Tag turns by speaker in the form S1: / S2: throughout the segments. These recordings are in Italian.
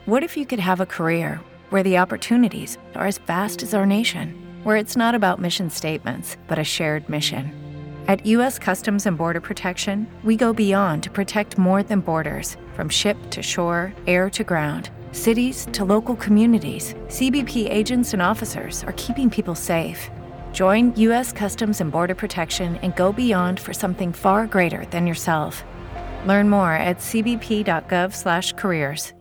S1: What if you could have a career where the opportunities are as vast as our nation, where it's not about mission statements, but a shared mission? At U.S. Customs and Border Protection, we go beyond to protect more than borders, from ship to shore, air to ground, cities to local communities. CBP agents and officers are keeping people safe. Join U.S. Customs and Border Protection and go beyond for something far greater than yourself. Learn more at cbp.gov/careers.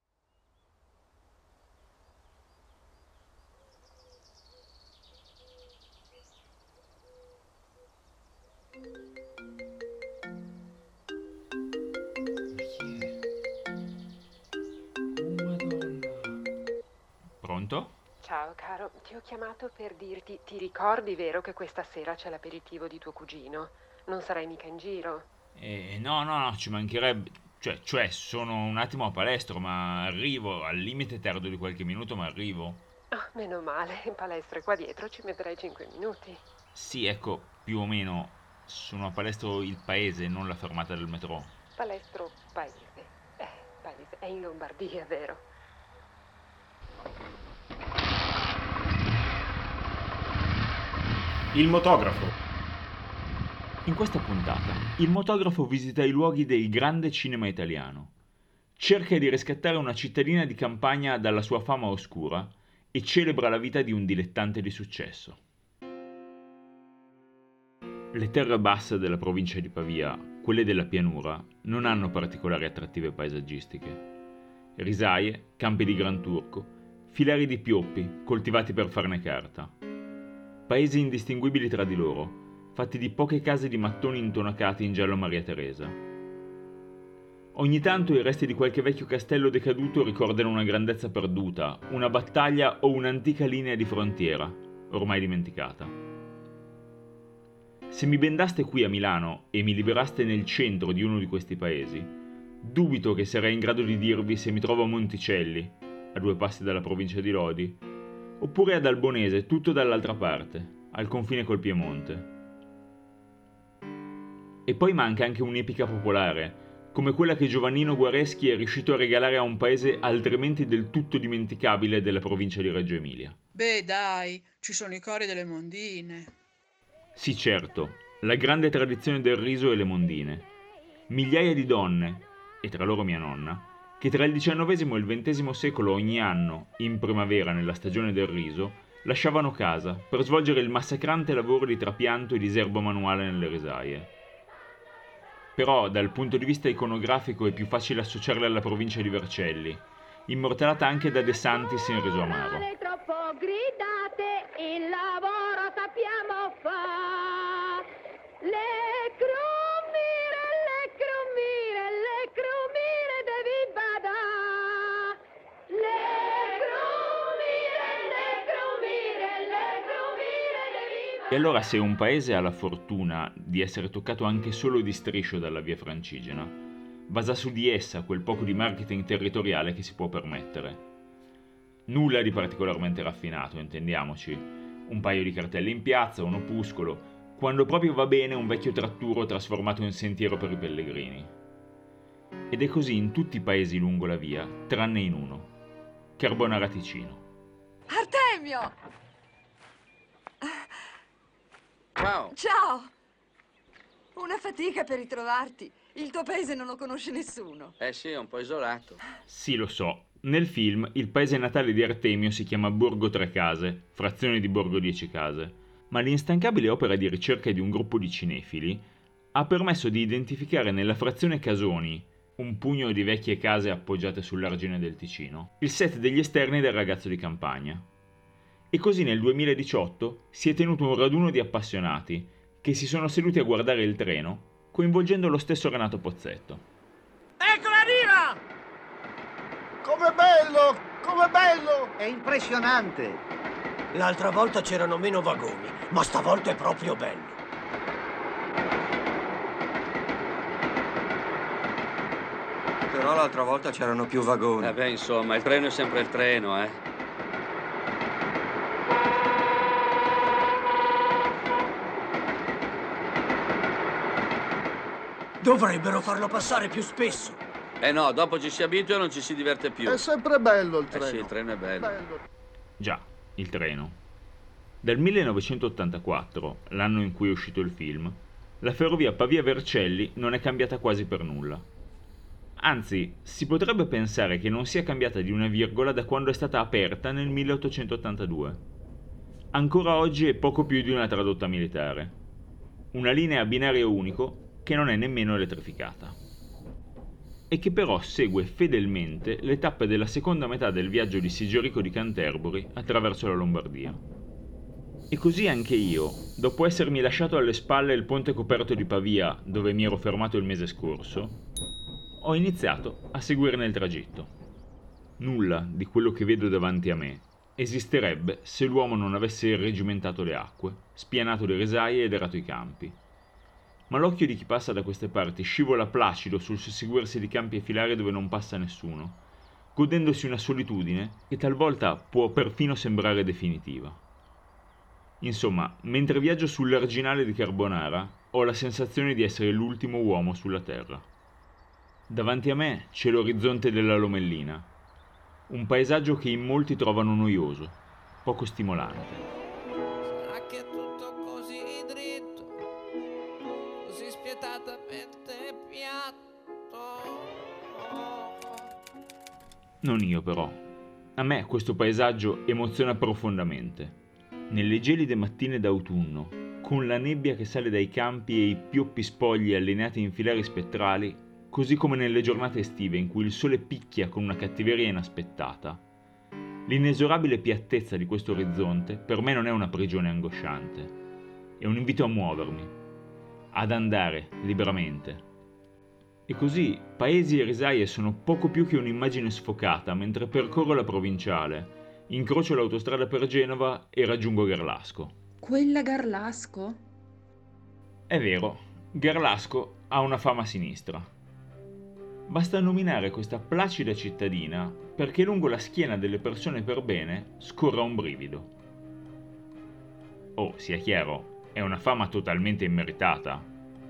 S2: Pronto?
S3: Ciao caro, ti ho chiamato per dirti, ti ricordi vero che questa sera c'è l'aperitivo di tuo cugino? Non sarai mica in giro?
S2: No, ci mancherebbe. Cioè, sono un attimo a palestra, ma arrivo. Al limite tardo di qualche minuto, ma arrivo.
S3: Ah, meno male, in palestra qua dietro ci metterai 5 minuti.
S2: Sì, ecco, più o meno. Sono a palestro il paese, non la fermata del metro.
S3: Palestro paese. Paese, è in Lombardia, vero?
S4: Il motografo.
S2: In questa puntata, il motografo visita i luoghi del grande cinema italiano. Cerca di riscattare una cittadina di campagna dalla sua fama oscura e celebra la vita di un dilettante di successo. Le terre basse della provincia di Pavia, quelle della pianura, non hanno particolari attrattive paesaggistiche. Risaie, campi di gran turco, filari di pioppi coltivati per farne carta. Paesi indistinguibili tra di loro, fatti di poche case di mattoni intonacati in giallo Maria Teresa. Ogni tanto i resti di qualche vecchio castello decaduto ricordano una grandezza perduta, una battaglia o un'antica linea di frontiera, ormai dimenticata. Se mi bendaste qui a Milano e mi liberaste nel centro di uno di questi paesi, dubito che sarei in grado di dirvi se mi trovo a Monticelli, a 2 passi dalla provincia di Lodi, oppure ad Albonese, tutto dall'altra parte, al confine col Piemonte. E poi manca anche un'epica popolare, come quella che Giovannino Guareschi è riuscito a regalare a un paese altrimenti del tutto dimenticabile della provincia di Reggio Emilia.
S5: Beh, dai, ci sono i cori delle mondine.
S2: Sì, certo, la grande tradizione del riso e le mondine. Migliaia di donne, e tra loro mia nonna, che tra il XIX e il XX secolo ogni anno, in primavera nella stagione del riso, lasciavano casa per svolgere il massacrante lavoro di trapianto e di serbo manuale nelle risaie. Però dal punto di vista iconografico è più facile associarla alla provincia di Vercelli, immortalata anche da De Santis in Riso Amaro.
S6: Troppo gridate, il lavoro sappiamo fa. Le crumire devi bada.
S2: E allora se un paese ha la fortuna di essere toccato anche solo di striscio dalla via Francigena, basa su di essa quel poco di marketing territoriale che si può permettere. Nulla di particolarmente raffinato, intendiamoci. Un paio di cartelli in piazza, un opuscolo, quando proprio va bene un vecchio tratturo trasformato in sentiero per i pellegrini. Ed è così in tutti i paesi lungo la via, tranne in uno, Carbonara Ticino.
S7: Artemio!
S8: Ciao!
S7: Ciao! Una fatica per ritrovarti. Il tuo paese non lo conosce nessuno.
S8: Sì, è un po' isolato.
S2: Sì, lo so. Nel film il paese natale di Artemio si chiama Borgo Tre Case, frazione di Borgo 10 Case, ma l'instancabile opera di ricerca di un gruppo di cinefili ha permesso di identificare nella frazione Casoni, un pugno di vecchie case appoggiate sull'argine del Ticino, il set degli esterni del ragazzo di campagna. E così nel 2018 si è tenuto un raduno di appassionati che si sono seduti a guardare il treno, coinvolgendo lo stesso Renato Pozzetto.
S9: Eccola arriva!
S10: Com'è bello! Com'è bello! È impressionante!
S9: L'altra volta c'erano meno vagoni, ma stavolta è proprio bello.
S8: Però l'altra volta c'erano più vagoni. Insomma, il treno è sempre il treno,
S9: Dovrebbero farlo passare più spesso.
S8: No, dopo ci si abitua e non ci si diverte più.
S10: È sempre bello il treno.
S8: Sì, il treno è bello.
S2: Già, il treno. Dal 1984, l'anno in cui è uscito il film, la ferrovia Pavia-Vercelli non è cambiata quasi per nulla. Anzi, si potrebbe pensare che non sia cambiata di una virgola da quando è stata aperta nel 1882. Ancora oggi è poco più di una tradotta militare. Una linea a binario unico che non è nemmeno elettrificata. E che però segue fedelmente le tappe della seconda metà del viaggio di Sigerico di Canterbury attraverso la Lombardia. E così anche io, dopo essermi lasciato alle spalle il ponte coperto di Pavia, dove mi ero fermato il mese scorso, ho iniziato a seguirne il tragitto. Nulla di quello che vedo davanti a me esisterebbe se l'uomo non avesse irregimentato le acque, spianato le risaie ed erato i campi. Ma l'occhio di chi passa da queste parti scivola placido sul susseguirsi di campi e filari dove non passa nessuno, godendosi una solitudine che talvolta può perfino sembrare definitiva. Insomma, mentre viaggio sull'arginale di Carbonara, ho la sensazione di essere l'ultimo uomo sulla Terra. Davanti a me c'è l'orizzonte della Lomellina, un paesaggio che in molti trovano noioso, poco stimolante.
S4: Sarà che è tutto così dritto, così spietatamente piatto.
S2: Non io però. A me questo paesaggio emoziona profondamente. Nelle gelide mattine d'autunno, con la nebbia che sale dai campi e i pioppi spogli allineati in filari spettrali, così come nelle giornate estive in cui il sole picchia con una cattiveria inaspettata, l'inesorabile piattezza di questo orizzonte per me non è una prigione angosciante, è un invito a muovermi, ad andare liberamente. E così paesi e risaie sono poco più che un'immagine sfocata mentre percorro la provinciale, incrocio l'autostrada per Genova e raggiungo Garlasco.
S11: Quella Garlasco?
S2: È vero, Garlasco ha una fama sinistra. Basta nominare questa placida cittadina perché lungo la schiena delle persone per bene scorra un brivido. Oh, sia chiaro, è una fama totalmente immeritata.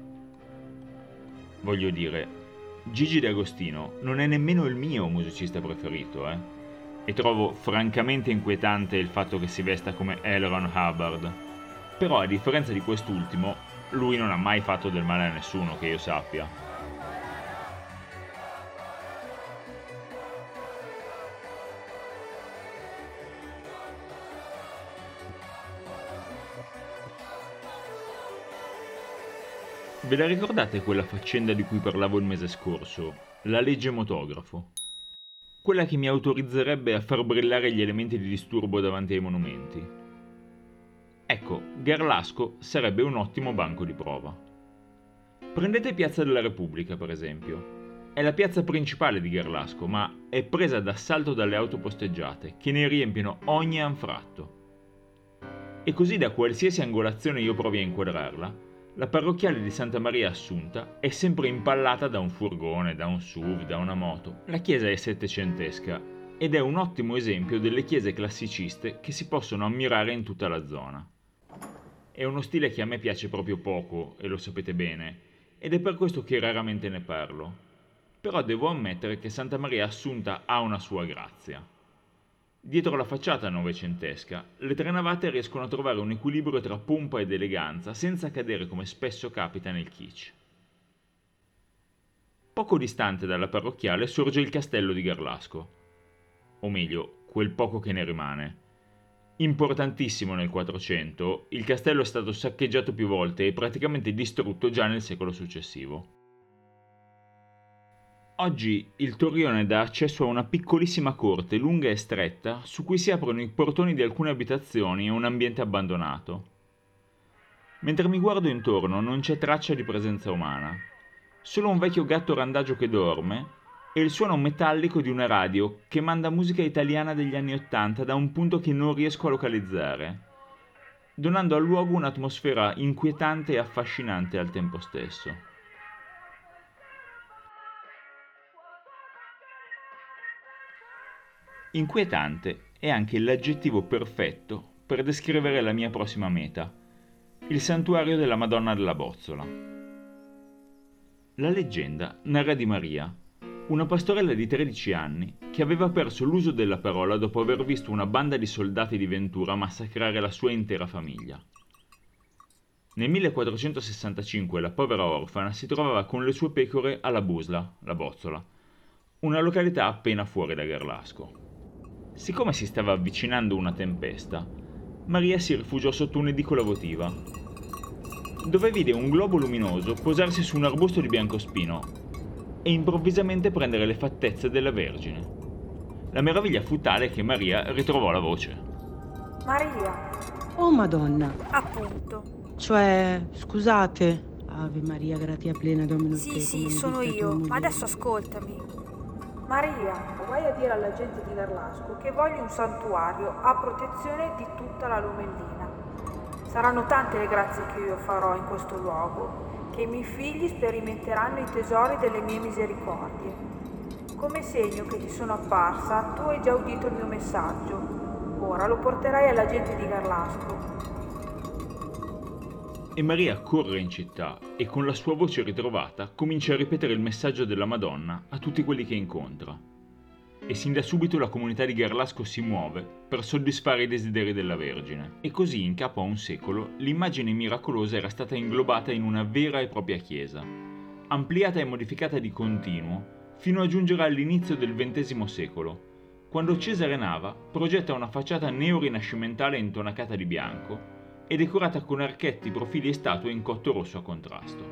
S2: Voglio dire, Gigi D'Agostino non è nemmeno il mio musicista preferito, E trovo francamente inquietante il fatto che si vesta come L. Ron Hubbard. Però, a differenza di quest'ultimo, lui non ha mai fatto del male a nessuno che io sappia. Ve la ricordate quella faccenda di cui parlavo il mese scorso? La legge motografo? Quella che mi autorizzerebbe a far brillare gli elementi di disturbo davanti ai monumenti. Ecco, Garlasco sarebbe un ottimo banco di prova. Prendete Piazza della Repubblica, per esempio. È la piazza principale di Garlasco, ma è presa d'assalto dalle auto posteggiate, che ne riempiono ogni anfratto. E così da qualsiasi angolazione io provi a inquadrarla, la parrocchiale di Santa Maria Assunta è sempre impallata da un furgone, da un SUV, da una moto. La chiesa è settecentesca ed è un ottimo esempio delle chiese classiciste che si possono ammirare in tutta la zona. È uno stile che a me piace proprio poco, e lo sapete bene, ed è per questo che raramente ne parlo. Però devo ammettere che Santa Maria Assunta ha una sua grazia. Dietro la facciata novecentesca, le tre navate riescono a trovare un equilibrio tra pompa ed eleganza senza cadere come spesso capita nel kitsch. Poco distante dalla parrocchiale sorge il castello di Garlasco, o meglio, quel poco che ne rimane. Importantissimo nel 400, il castello è stato saccheggiato più volte e praticamente distrutto già nel secolo successivo. Oggi il torrione dà accesso a una piccolissima corte lunga e stretta su cui si aprono i portoni di alcune abitazioni e un ambiente abbandonato. Mentre mi guardo intorno non c'è traccia di presenza umana, solo un vecchio gatto randagio che dorme e il suono metallico di una radio che manda musica italiana degli anni '80 da un punto che non riesco a localizzare, donando al luogo un'atmosfera inquietante e affascinante al tempo stesso. Inquietante è anche l'aggettivo perfetto per descrivere la mia prossima meta, il santuario della Madonna della Bozzola. La leggenda narra di Maria, una pastorella di 13 anni che aveva perso l'uso della parola dopo aver visto una banda di soldati di Ventura massacrare la sua intera famiglia. Nel 1465 la povera orfana si trovava con le sue pecore alla Busla, la Bozzola, una località appena fuori da Garlasco. Siccome si stava avvicinando una tempesta, Maria si rifugiò sotto un'edicola votiva, dove vide un globo luminoso posarsi su un arbusto di biancospino e improvvisamente prendere le fattezze della Vergine. La meraviglia fu tale che Maria ritrovò la voce.
S12: Maria.
S13: Oh Madonna.
S12: Appunto.
S13: Cioè, scusate. Ave Maria, gratia plena, Domino
S12: Sì, sono io, ma adesso ascoltami. Maria, vai a dire alla gente di Garlasco che voglio un santuario a protezione di tutta la Lomellina. Saranno tante le grazie che io farò in questo luogo, che i miei figli sperimenteranno i tesori delle mie misericordie. Come segno che ti sono apparsa, tu hai già udito il mio messaggio. Ora lo porterai alla gente di Garlasco.
S2: E Maria corre in città e con la sua voce ritrovata comincia a ripetere il messaggio della Madonna a tutti quelli che incontra. E sin da subito la comunità di Garlasco si muove per soddisfare i desideri della Vergine. E così, in capo a un secolo, l'immagine miracolosa era stata inglobata in una vera e propria chiesa, ampliata e modificata di continuo fino a giungere all'inizio del XX secolo, quando Cesare Nava progetta una facciata neorinascimentale intonacata di bianco e decorata con archetti, profili e statue in cotto rosso a contrasto.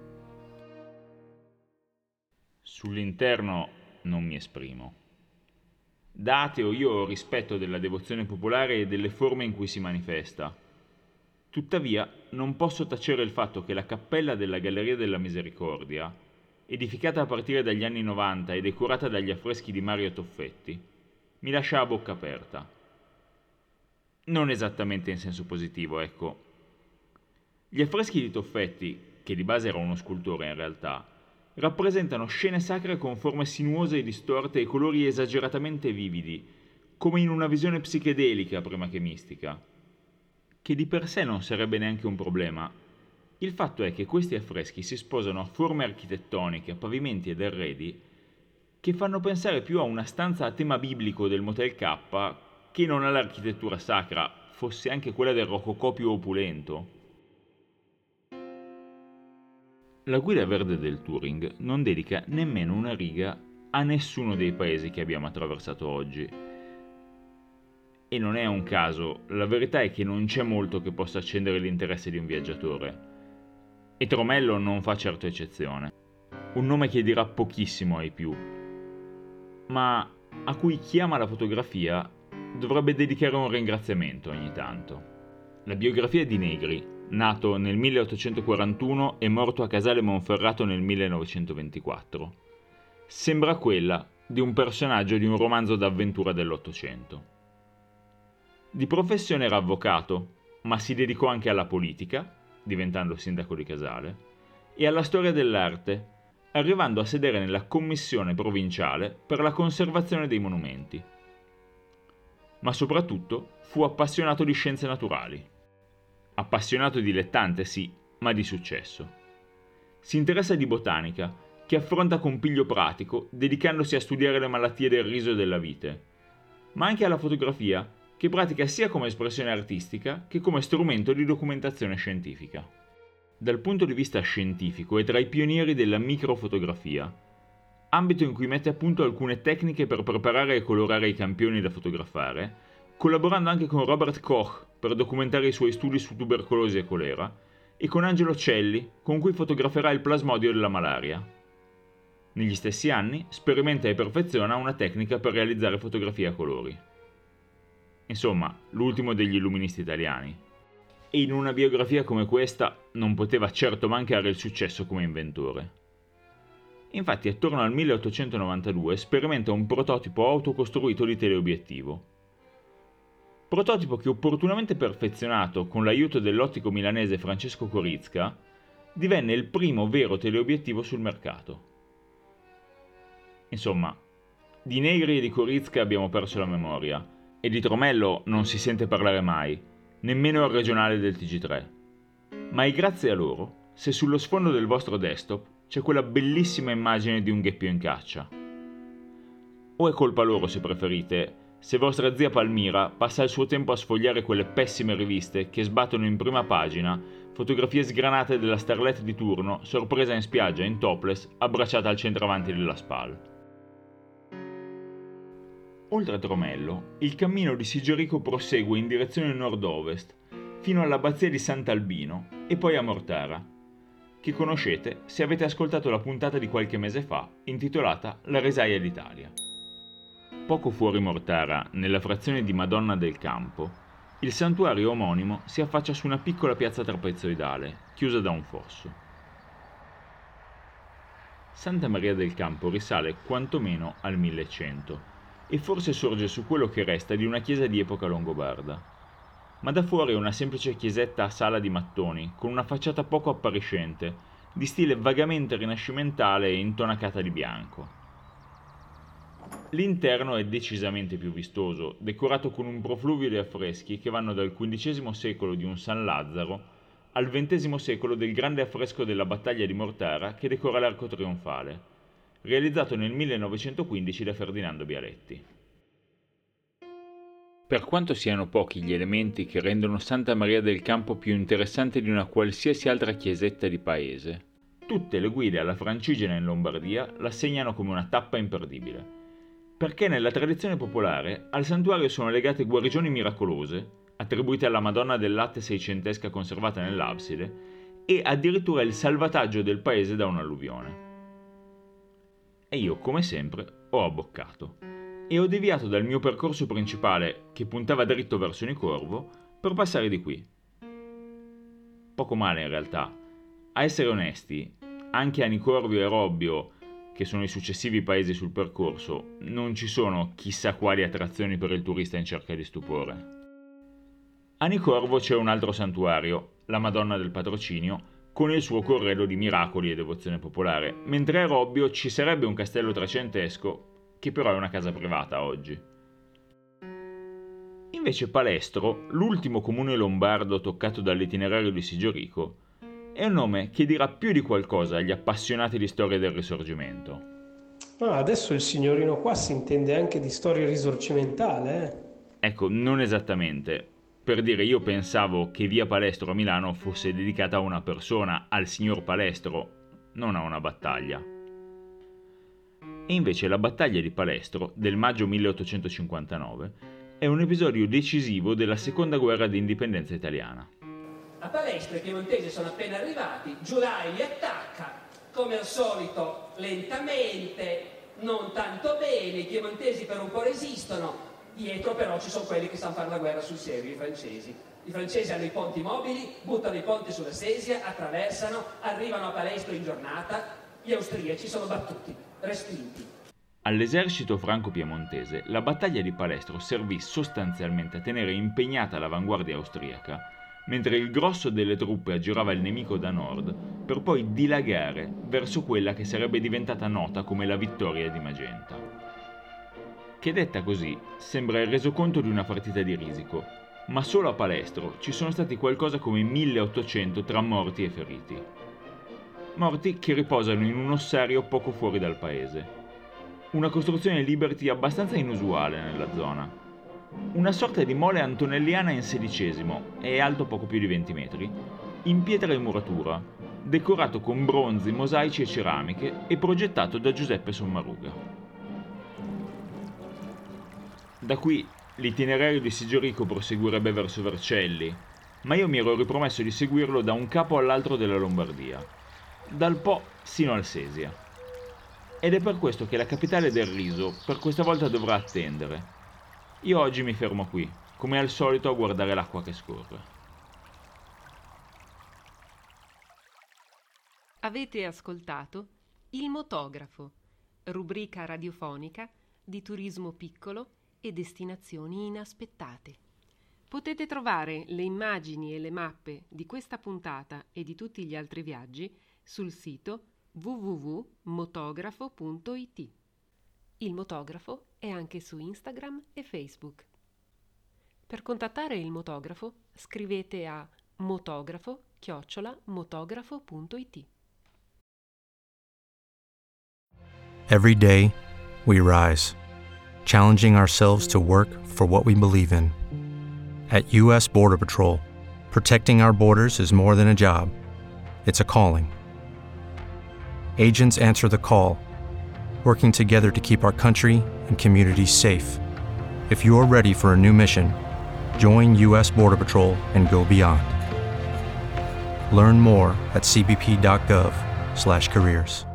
S2: Sull'interno non mi esprimo. Da ateo io ho rispetto della devozione popolare e delle forme in cui si manifesta. Tuttavia non posso tacere il fatto che la cappella della Galleria della Misericordia, edificata a partire dagli anni 90 e decorata dagli affreschi di Mario Toffetti, mi lascia a bocca aperta. Non esattamente in senso positivo, ecco. Gli affreschi di Toffetti, che di base era uno scultore in realtà, rappresentano scene sacre con forme sinuose e distorte e colori esageratamente vividi, come in una visione psichedelica prima che mistica, che di per sé non sarebbe neanche un problema. Il fatto è che questi affreschi si sposano a forme architettoniche, a pavimenti ed arredi, che fanno pensare più a una stanza a tema biblico del Motel K che non all'architettura sacra, fosse anche quella del rococò più opulento. La guida verde del Turing non dedica nemmeno una riga a nessuno dei paesi che abbiamo attraversato oggi. E non è un caso, la verità è che non c'è molto che possa accendere l'interesse di un viaggiatore. E Tromello non fa certo eccezione. Un nome che dirà pochissimo ai più, ma a cui chi ama la fotografia dovrebbe dedicare un ringraziamento ogni tanto. La biografia di Negri, nato nel 1841 e morto a Casale Monferrato nel 1924, sembra quella di un personaggio di un romanzo d'avventura dell'Ottocento. Di professione era avvocato, ma si dedicò anche alla politica, diventando sindaco di Casale, e alla storia dell'arte, arrivando a sedere nella commissione provinciale per la conservazione dei monumenti. Ma soprattutto fu appassionato di scienze naturali. Appassionato dilettante, sì, ma di successo. Si interessa di botanica, che affronta con piglio pratico, dedicandosi a studiare le malattie del riso e della vite, ma anche alla fotografia, che pratica sia come espressione artistica che come strumento di documentazione scientifica. Dal punto di vista scientifico è tra i pionieri della microfotografia, ambito in cui mette a punto alcune tecniche per preparare e colorare i campioni da fotografare, collaborando anche con Robert Koch per documentare i suoi studi su tubercolosi e colera, e con Angelo Celli, con cui fotograferà il plasmodio della malaria. Negli stessi anni sperimenta e perfeziona una tecnica per realizzare fotografie a colori. Insomma, l'ultimo degli illuministi italiani. E in una biografia come questa non poteva certo mancare il successo come inventore. Infatti attorno al 1892 sperimenta un prototipo autocostruito di teleobiettivo. Prototipo che, opportunamente perfezionato con l'aiuto dell'ottico milanese Francesco Corizca, divenne il primo vero teleobiettivo sul mercato. Insomma, di Negri e di Corizca abbiamo perso la memoria, e di Tromello non si sente parlare mai, nemmeno al regionale del TG3. Ma è grazie a loro se sullo sfondo del vostro desktop c'è quella bellissima immagine di un gheppio in caccia. O è colpa loro, se preferite, se vostra zia Palmira passa il suo tempo a sfogliare quelle pessime riviste che sbattono in prima pagina fotografie sgranate della starlet di turno sorpresa in spiaggia in topless abbracciata al centravanti della SPAL. Oltre a Tromello, il cammino di Sigerico prosegue in direzione nord-ovest fino all'abbazia di Sant'Albino e poi a Mortara, che conoscete se avete ascoltato la puntata di qualche mese fa intitolata La Risaia d'Italia. Poco fuori Mortara, nella frazione di Madonna del Campo, il santuario omonimo si affaccia su una piccola piazza trapezoidale, chiusa da un fosso. Santa Maria del Campo risale quantomeno al 1100 e forse sorge su quello che resta di una chiesa di epoca longobarda. Ma da fuori è una semplice chiesetta a sala di mattoni, con una facciata poco appariscente, di stile vagamente rinascimentale e intonacata di bianco. L'interno è decisamente più vistoso, decorato con un profluvio di affreschi che vanno dal XV secolo di un San Lazzaro al XX secolo del grande affresco della battaglia di Mortara che decora l'arco trionfale, realizzato nel 1915 da Ferdinando Bialetti. Per quanto siano pochi gli elementi che rendono Santa Maria del Campo più interessante di una qualsiasi altra chiesetta di paese, tutte le guide alla Francigena in Lombardia la segnano come una tappa imperdibile. Perché nella tradizione popolare al santuario sono legate guarigioni miracolose, attribuite alla Madonna del Latte seicentesca conservata nell'abside, e addirittura il salvataggio del paese da un'alluvione. E io, come sempre, ho abboccato e ho deviato dal mio percorso principale, che puntava dritto verso Anicorvo, per passare di qui. Poco male in realtà. A essere onesti, anche Anicorvio e Robbio, che sono i successivi paesi sul percorso, non ci sono chissà quali attrazioni per il turista in cerca di stupore. A Anicorvo c'è un altro santuario, la Madonna del Patrocinio, con il suo corredo di miracoli e devozione popolare, mentre a Robbio ci sarebbe un castello trecentesco, che però è una casa privata oggi. Invece Palestro, l'ultimo comune lombardo toccato dall'itinerario di Sigerico, è un nome che dirà più di qualcosa agli appassionati di storia del Risorgimento.
S14: Adesso il signorino qua si intende anche di storia risorgimentale,
S2: Ecco, non esattamente. Per dire, io pensavo che via Palestro a Milano fosse dedicata a una persona, al signor Palestro, non a una battaglia. E invece la battaglia di Palestro, del maggio 1859, è un episodio decisivo della seconda guerra di indipendenza italiana.
S15: A Palestro i piemontesi sono appena arrivati, Giulai li attacca, come al solito lentamente, non tanto bene, i piemontesi per un po' resistono, dietro però ci sono quelli che sanno fare la guerra sul serio, i francesi. I francesi hanno i ponti mobili, buttano i ponti sulla Sesia, attraversano, arrivano a Palestro in giornata, gli austriaci sono battuti, respinti.
S2: All'esercito franco-piemontese la battaglia di Palestro servì sostanzialmente a tenere impegnata l'avanguardia austriaca, mentre il grosso delle truppe aggirava il nemico da nord, per poi dilagare verso quella che sarebbe diventata nota come la vittoria di Magenta. Che detta così sembra il resoconto di una partita di risico, ma solo a Palestro ci sono stati qualcosa come 1800 tra morti e feriti. Morti che riposano in un ossario poco fuori dal paese. Una costruzione Liberty abbastanza inusuale nella zona. Una sorta di mole antonelliana in XVI e alto poco più di 20 metri, in pietra e muratura, decorato con bronzi, mosaici e ceramiche e progettato da Giuseppe Sommaruga. Da qui l'itinerario di Sigerico proseguirebbe verso Vercelli, ma io mi ero ripromesso di seguirlo da un capo all'altro della Lombardia, dal Po sino al Sesia. Ed è per questo che la capitale del riso per questa volta dovrà attendere. Io oggi mi fermo qui, come al solito a guardare l'acqua che scorre.
S16: Avete ascoltato Il Motografo, rubrica radiofonica di turismo piccolo e destinazioni inaspettate. Potete trovare le immagini e le mappe di questa puntata e di tutti gli altri viaggi sul sito www.motografo.it. Il Motografo è anche su Instagram e Facebook. Per contattare il Motografo scrivete a motografo@motografo.it.
S17: Every day we rise, challenging ourselves to work for what we believe in. At U.S. Border Patrol, protecting our borders is more than a job. It's a calling. Agents answer the call, working together to keep our country and communities safe. If you're ready for a new mission, join U.S. Border Patrol and go beyond. Learn more at cbp.gov/careers.